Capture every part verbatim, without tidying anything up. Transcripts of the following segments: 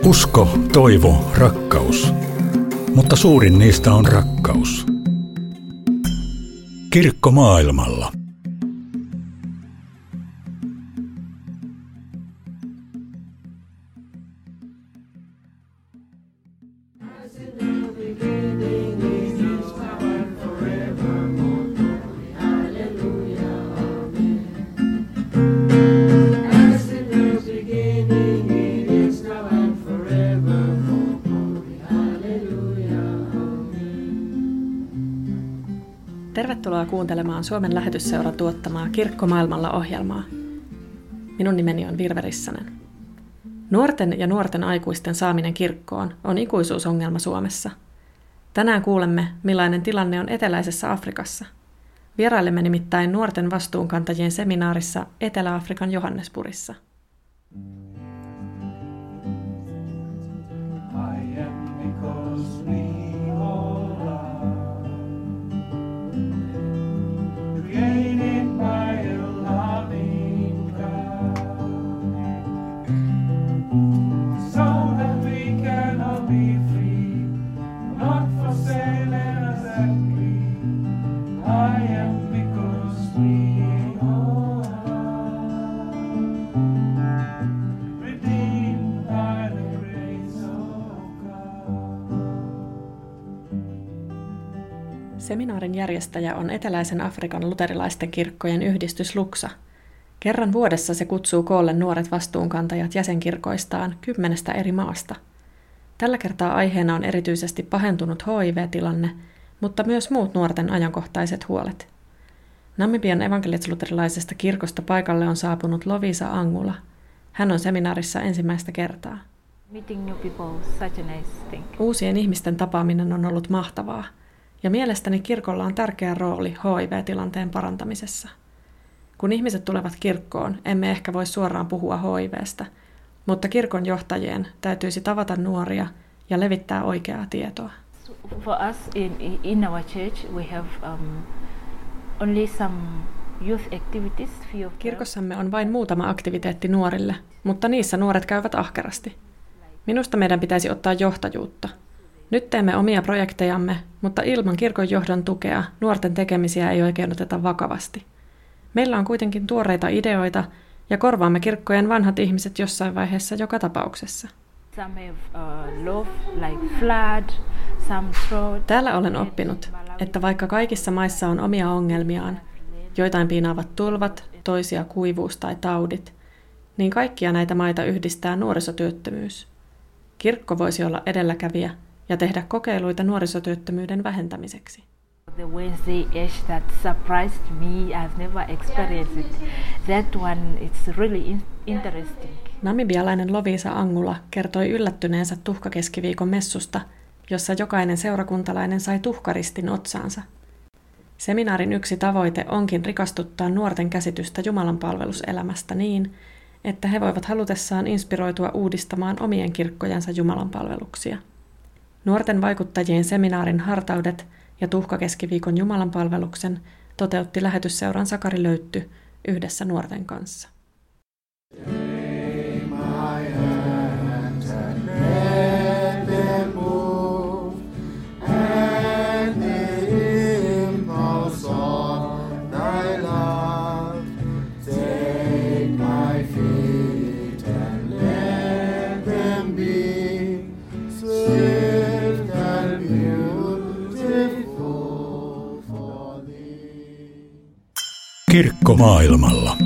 Usko, toivo, rakkaus. Mutta suurin niistä on rakkaus. Kirkko maailmalla. Tervetuloa kuuntelemaan Suomen Lähetysseuran tuottamaa Kirkko maailmalla -ohjelmaa. Minun nimeni on Virve Rissanen. Nuorten ja nuorten aikuisten saaminen kirkkoon on ikuisuusongelma Suomessa. Tänään kuulemme, millainen tilanne on eteläisessä Afrikassa. Vierailemme nimittäin nuorten vastuunkantajien seminaarissa Etelä-Afrikan Johannesburgissa. Seminaarin järjestäjä on eteläisen Afrikan luterilaisten kirkkojen yhdistys Luxa. Kerran vuodessa se kutsuu koolle nuoret vastuunkantajat jäsenkirkoistaan kymmenestä eri maasta. Tällä kertaa aiheena on erityisesti pahentunut H I V-tilanne, mutta myös muut nuorten ajankohtaiset huolet. Namibian evankelis-luterilaisesta kirkosta paikalle on saapunut Lovisa Angula. Hän on seminaarissa ensimmäistä kertaa. Uusien ihmisten tapaaminen on ollut mahtavaa. Ja mielestäni kirkolla on tärkeä rooli H I V-tilanteen parantamisessa. Kun ihmiset tulevat kirkkoon, emme ehkä voi suoraan puhua H I V:stä, mutta kirkon johtajien täytyisi tavata nuoria ja levittää oikeaa tietoa. For us in, in our church we have um, only some youth activities. Kirkossamme on vain muutama aktiviteetti nuorille, mutta niissä nuoret käyvät ahkerasti. Minusta meidän pitäisi ottaa johtajuutta. Nyt teemme omia projektejamme, mutta ilman kirkon johdon tukea nuorten tekemisiä ei oikein oteta vakavasti. Meillä on kuitenkin tuoreita ideoita ja korvaamme kirkkojen vanhat ihmiset jossain vaiheessa joka tapauksessa. Täällä olen oppinut, että vaikka kaikissa maissa on omia ongelmiaan, joitain piinaavat tulvat, toisia kuivuus tai taudit, niin kaikkia näitä maita yhdistää nuorisotyöttömyys. Kirkko voisi olla edelläkävijä ja tehdä kokeiluita nuorisotyöttömyyden vähentämiseksi. The Wednesday Ash that surprised me, I've never experienced it. That one, it's really interesting. Namibialainen Lovisa Angula kertoi yllättyneensä tuhkakeskiviikon messusta, jossa jokainen seurakuntalainen sai tuhkaristin otsaansa. Seminaarin yksi tavoite onkin rikastuttaa nuorten käsitystä jumalanpalveluselämästä niin, että he voivat halutessaan inspiroitua uudistamaan omien kirkkojensa jumalanpalveluksia. Nuorten vaikuttajien seminaarin hartaudet ja tuhkakeskiviikon jumalanpalveluksen toteutti lähetysseuran Sakari Löytty yhdessä nuorten kanssa. Kirkko maailmalla.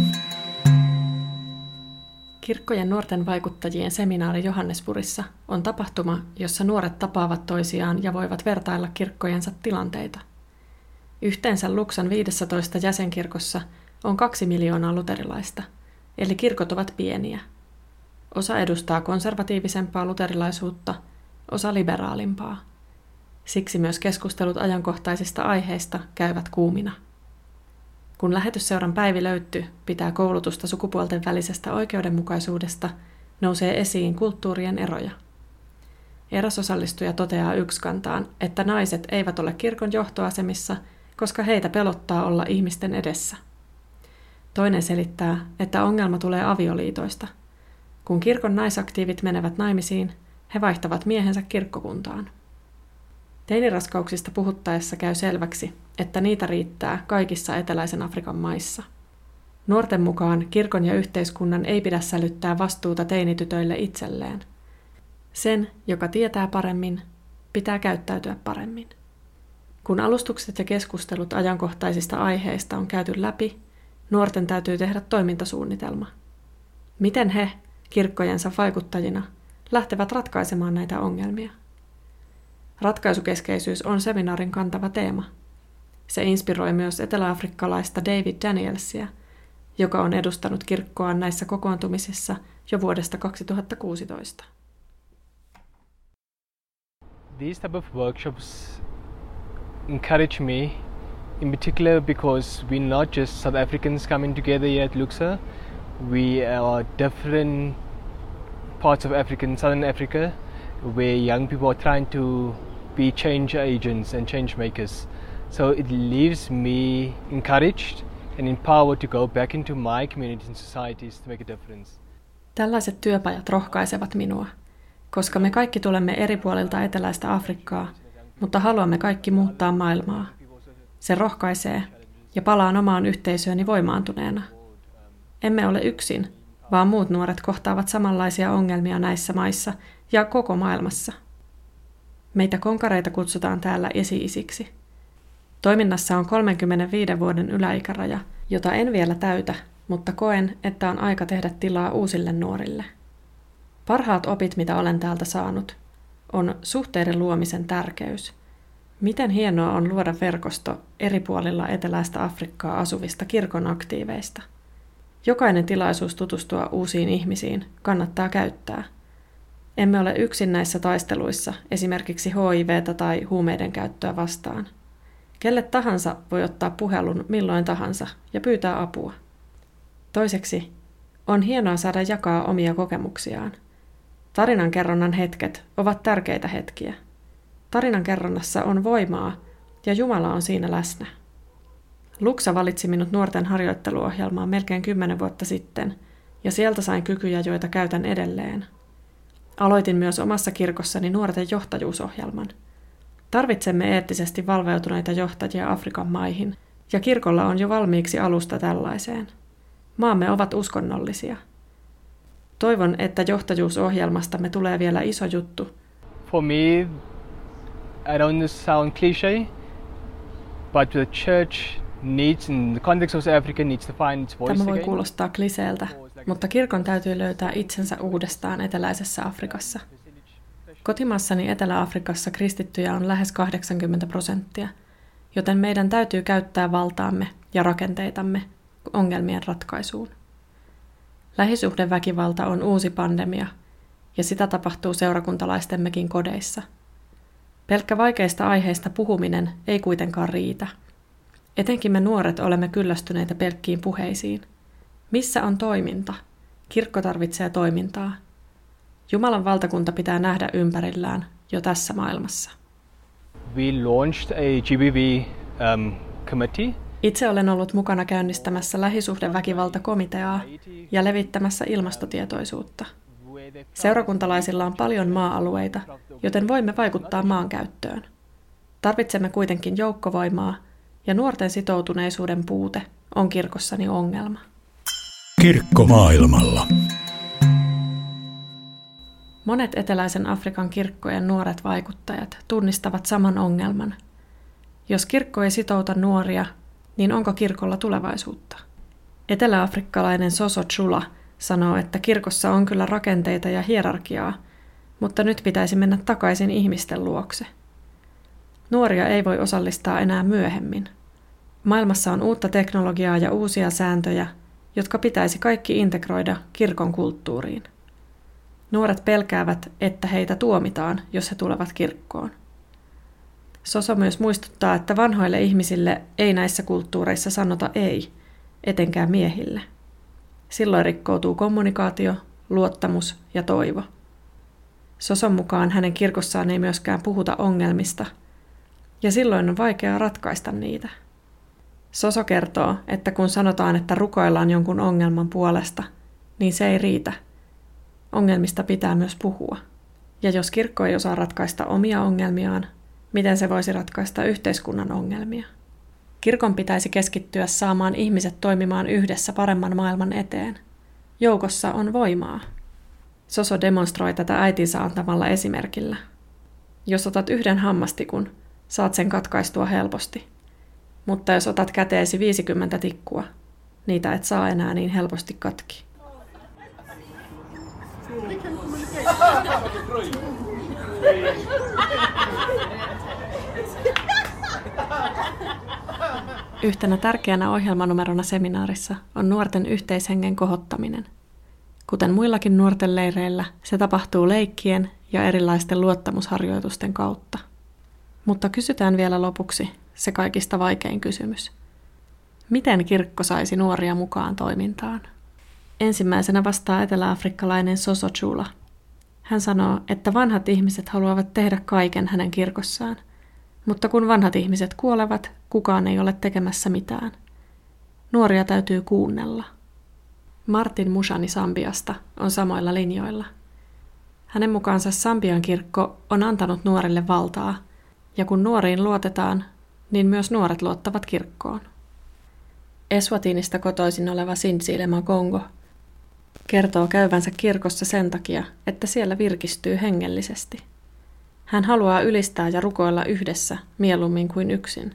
Kirkkojen nuorten vaikuttajien seminaari Johannesburgissa on tapahtuma, jossa nuoret tapaavat toisiaan ja voivat vertailla kirkkojensa tilanteita. Yhteensä Luxan viidessätoista jäsenkirkossa on kaksi miljoonaa luterilaista, eli kirkot ovat pieniä. Osa edustaa konservatiivisempaa luterilaisuutta, osa liberaalimpaa. Siksi myös keskustelut ajankohtaisista aiheista käyvät kuumina. Kun lähetysseuran Päivi Löytty pitää koulutusta sukupuolten välisestä oikeudenmukaisuudesta, nousee esiin kulttuurien eroja. Eräs osallistuja toteaa ykskantaan, että naiset eivät ole kirkon johtoasemissa, koska heitä pelottaa olla ihmisten edessä. Toinen selittää, että ongelma tulee avioliitoista. Kun kirkon naisaktiivit menevät naimisiin, he vaihtavat miehensä kirkkokuntaan. Teiniraskauksista puhuttaessa käy selväksi, että niitä riittää kaikissa eteläisen Afrikan maissa. Nuorten mukaan kirkon ja yhteiskunnan ei pidä sälyttää vastuuta teinitytöille itselleen. Sen, joka tietää paremmin, pitää käyttäytyä paremmin. Kun alustukset ja keskustelut ajankohtaisista aiheista on käyty läpi, nuorten täytyy tehdä toimintasuunnitelma. Miten he, kirkkojensa vaikuttajina, lähtevät ratkaisemaan näitä ongelmia? Ratkaisukeskeisyys on seminaarin kantava teema. Se inspiroi myös eteläafrikkalaista David Danielsia, joka on edustanut kirkkoaan näissä kokoontumisissa jo vuodesta kaksituhattakuusitoista. These type of workshops encourage me in particular because we're not just South Africans coming together here at Luxa. We are different parts of Africa, Southern Africa, where young people are trying to be change agents and change makers. So it leaves me encouraged and empowered to go back into my communities and societies to make a difference. Tällaiset työpajat rohkaisevat minua, koska me kaikki tulemme eri puolilta eteläistä Afrikkaa, mutta haluamme kaikki muuttaa maailmaa. Se rohkaisee ja palaan omaan yhteisööni voimaantuneena. Emme ole yksin, vaan muut nuoret kohtaavat samanlaisia ongelmia näissä maissa ja koko maailmassa. Meitä konkareita kutsutaan täällä esi-isiksi. Toiminnassa on kolmenkymmenenviiden vuoden yläikäraja, jota en vielä täytä, mutta koen, että on aika tehdä tilaa uusille nuorille. Parhaat opit, mitä olen täältä saanut, on suhteiden luomisen tärkeys. Miten hienoa on luoda verkosto eri puolilla eteläistä Afrikkaa asuvista kirkon aktiiveista. Jokainen tilaisuus tutustua uusiin ihmisiin kannattaa käyttää. Emme ole yksin näissä taisteluissa, esimerkiksi H I V:tä tai huumeiden käyttöä vastaan. Kelle tahansa voi ottaa puhelun milloin tahansa ja pyytää apua. Toiseksi, on hienoa saada jakaa omia kokemuksiaan. Tarinankerronnan hetket ovat tärkeitä hetkiä. Tarinankerronnassa on voimaa ja Jumala on siinä läsnä. Luxa valitsi minut nuorten harjoitteluohjelmaan melkein kymmenen vuotta sitten, ja sieltä sain kykyjä, joita käytän edelleen. Aloitin myös omassa kirkossani nuorten johtajuusohjelman. Tarvitsemme eettisesti valveutuneita johtajia Afrikan maihin, ja kirkolla on jo valmiiksi alusta tällaiseen. Maamme ovat uskonnollisia. Toivon, että johtajuusohjelmastamme tulee vielä iso juttu. For me, I don't sound cliché, but the church needs, in the context of Africa, needs to find its voice Tämä voi again. kuulostaa kliseeltä, mutta kirkon täytyy löytää itsensä uudestaan eteläisessä Afrikassa. Kotimaassani Etelä-Afrikassa kristittyjä on lähes kahdeksankymmentä prosenttia, joten meidän täytyy käyttää valtaamme ja rakenteitamme ongelmien ratkaisuun. Lähisuhdeväkivalta on uusi pandemia, ja sitä tapahtuu seurakuntalaistemmekin kodeissa. Pelkkä vaikeista aiheista puhuminen ei kuitenkaan riitä. Etenkin me nuoret olemme kyllästyneitä pelkkiin puheisiin. Missä on toiminta? Kirkko tarvitsee toimintaa. Jumalan valtakunta pitää nähdä ympärillään jo tässä maailmassa. We launched a G B V um, committee. Itse olen ollut mukana käynnistämässä lähisuhdeväkivaltakomiteaa ja levittämässä ilmastotietoisuutta. Seurakuntalaisilla on paljon maa-alueita, joten voimme vaikuttaa maankäyttöön. Tarvitsemme kuitenkin joukkovoimaa, ja nuorten sitoutuneisuuden puute on kirkossani ongelma. Kirkko maailmalla. Monet eteläisen Afrikan kirkkojen nuoret vaikuttajat tunnistavat saman ongelman. Jos kirkko ei sitouta nuoria, niin onko kirkolla tulevaisuutta? Etelä-afrikkalainen Soso Chula sanoo, että kirkossa on kyllä rakenteita ja hierarkiaa, mutta nyt pitäisi mennä takaisin ihmisten luokse. Nuoria ei voi osallistaa enää myöhemmin. Maailmassa on uutta teknologiaa ja uusia sääntöjä, jotka pitäisi kaikki integroida kirkon kulttuuriin. Nuoret pelkäävät, että heitä tuomitaan, jos he tulevat kirkkoon. Soso myös muistuttaa, että vanhoille ihmisille ei näissä kulttuureissa sanota ei, etenkään miehille. Silloin rikkoutuu kommunikaatio, luottamus ja toivo. Soson mukaan hänen kirkossaan ei myöskään puhuta ongelmista, ja silloin on vaikeaa ratkaista niitä. Soso kertoo, että kun sanotaan, että rukoillaan jonkun ongelman puolesta, niin se ei riitä. Ongelmista pitää myös puhua. Ja jos kirkko ei osaa ratkaista omia ongelmiaan, miten se voisi ratkaista yhteiskunnan ongelmia? Kirkon pitäisi keskittyä saamaan ihmiset toimimaan yhdessä paremman maailman eteen. Joukossa on voimaa. Soso demonstroi tätä äitinsä antamalla esimerkillä. Jos otat yhden hammastikun, saat sen katkaistua helposti. Mutta jos otat käteesi viisikymmentä tikkua, niitä et saa enää niin helposti katki. Yhtenä tärkeänä ohjelmanumerona seminaarissa on nuorten yhteishengen kohottaminen. Kuten muillakin nuorten leireillä, se tapahtuu leikkien ja erilaisten luottamusharjoitusten kautta. Mutta kysytään vielä lopuksi se kaikista vaikein kysymys. Miten kirkko saisi nuoria mukaan toimintaan? Ensimmäisenä vastaa eteläafrikkalainen Soso Chula. Hän sanoo, että vanhat ihmiset haluavat tehdä kaiken hänen kirkossaan, mutta kun vanhat ihmiset kuolevat, kukaan ei ole tekemässä mitään. Nuoria täytyy kuunnella. Martin Mushani Sambiasta on samoilla linjoilla. Hänen mukaansa Sambian kirkko on antanut nuorille valtaa, ja kun nuoriin luotetaan, niin myös nuoret luottavat kirkkoon. Eswatinista kotoisin oleva Sinsile Magongo kertoo käyvänsä kirkossa sen takia, että siellä virkistyy hengellisesti. Hän haluaa ylistää ja rukoilla yhdessä mieluummin kuin yksin.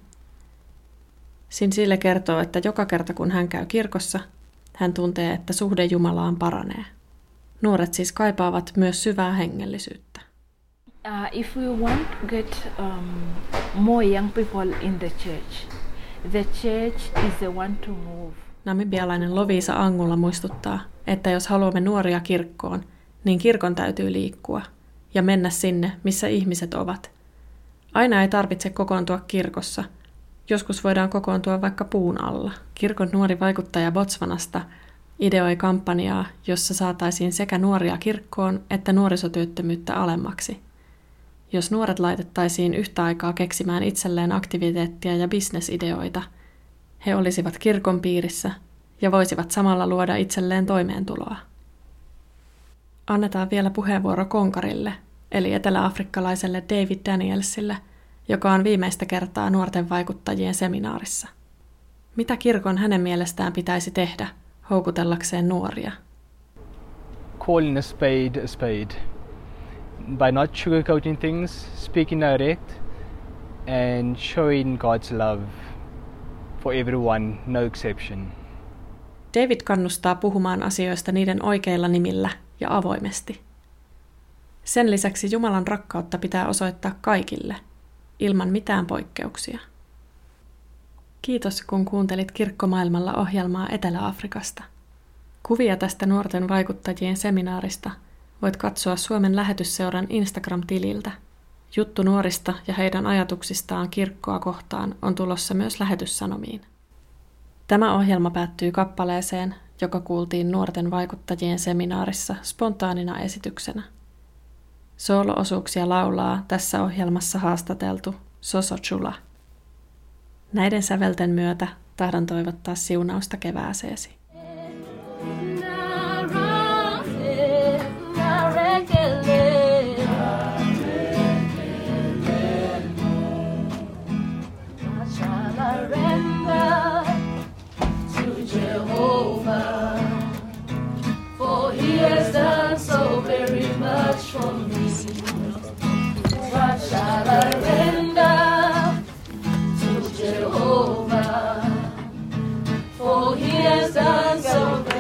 Sinsile kertoo, että joka kerta kun hän käy kirkossa, hän tuntee, että suhde Jumalaan paranee. Nuoret siis kaipaavat myös syvää hengellisyyttä. Uh, if we want to get um, more young people in the church, the church is the one to move. Namibialainen Lovisa Angula muistuttaa, että jos haluamme nuoria kirkkoon, niin kirkon täytyy liikkua ja mennä sinne, missä ihmiset ovat. Aina ei tarvitse kokoontua kirkossa. Joskus voidaan kokoontua vaikka puun alla. Kirkon nuori vaikuttaja Botswanasta ideoi kampanjaa, jossa saataisiin sekä nuoria kirkkoon että nuorisotyöttömyyttä alemmaksi. Jos nuoret laitettaisiin yhtä aikaa keksimään itselleen aktiviteettia ja bisnesideoita, he olisivat kirkon piirissä ja voisivat samalla luoda itselleen toimeentuloa. Annetaan vielä puheenvuoro konkarille, eli eteläafrikkalaiselle David Danielsille, joka on viimeistä kertaa nuorten vaikuttajien seminaarissa. Mitä kirkon hänen mielestään pitäisi tehdä houkutellakseen nuoria? Calling a spade a spade. By not sugarcoating things, speaking direct, and showing God's love for everyone, no exception. David kannustaa puhumaan asioista niiden oikeilla nimillä ja avoimesti. Sen lisäksi Jumalan rakkautta pitää osoittaa kaikille, ilman mitään poikkeuksia. Kiitos, kun kuuntelit Kirkkomaailmalla ohjelmaa Etelä-Afrikasta. Kuvia tästä nuorten vaikuttajien seminaarista voit katsoa Suomen Lähetysseuran Instagram-tililtä. Juttu nuorista ja heidän ajatuksistaan kirkkoa kohtaan on tulossa myös Lähetyssanomiin. Tämä ohjelma päättyy kappaleeseen, joka kuultiin nuorten vaikuttajien seminaarissa spontaanina esityksenä. Soolo-osuuksia laulaa tässä ohjelmassa haastateltu Soso Chula. Näiden sävelten myötä tahdon toivottaa siunausta kevääseesi. For he has done so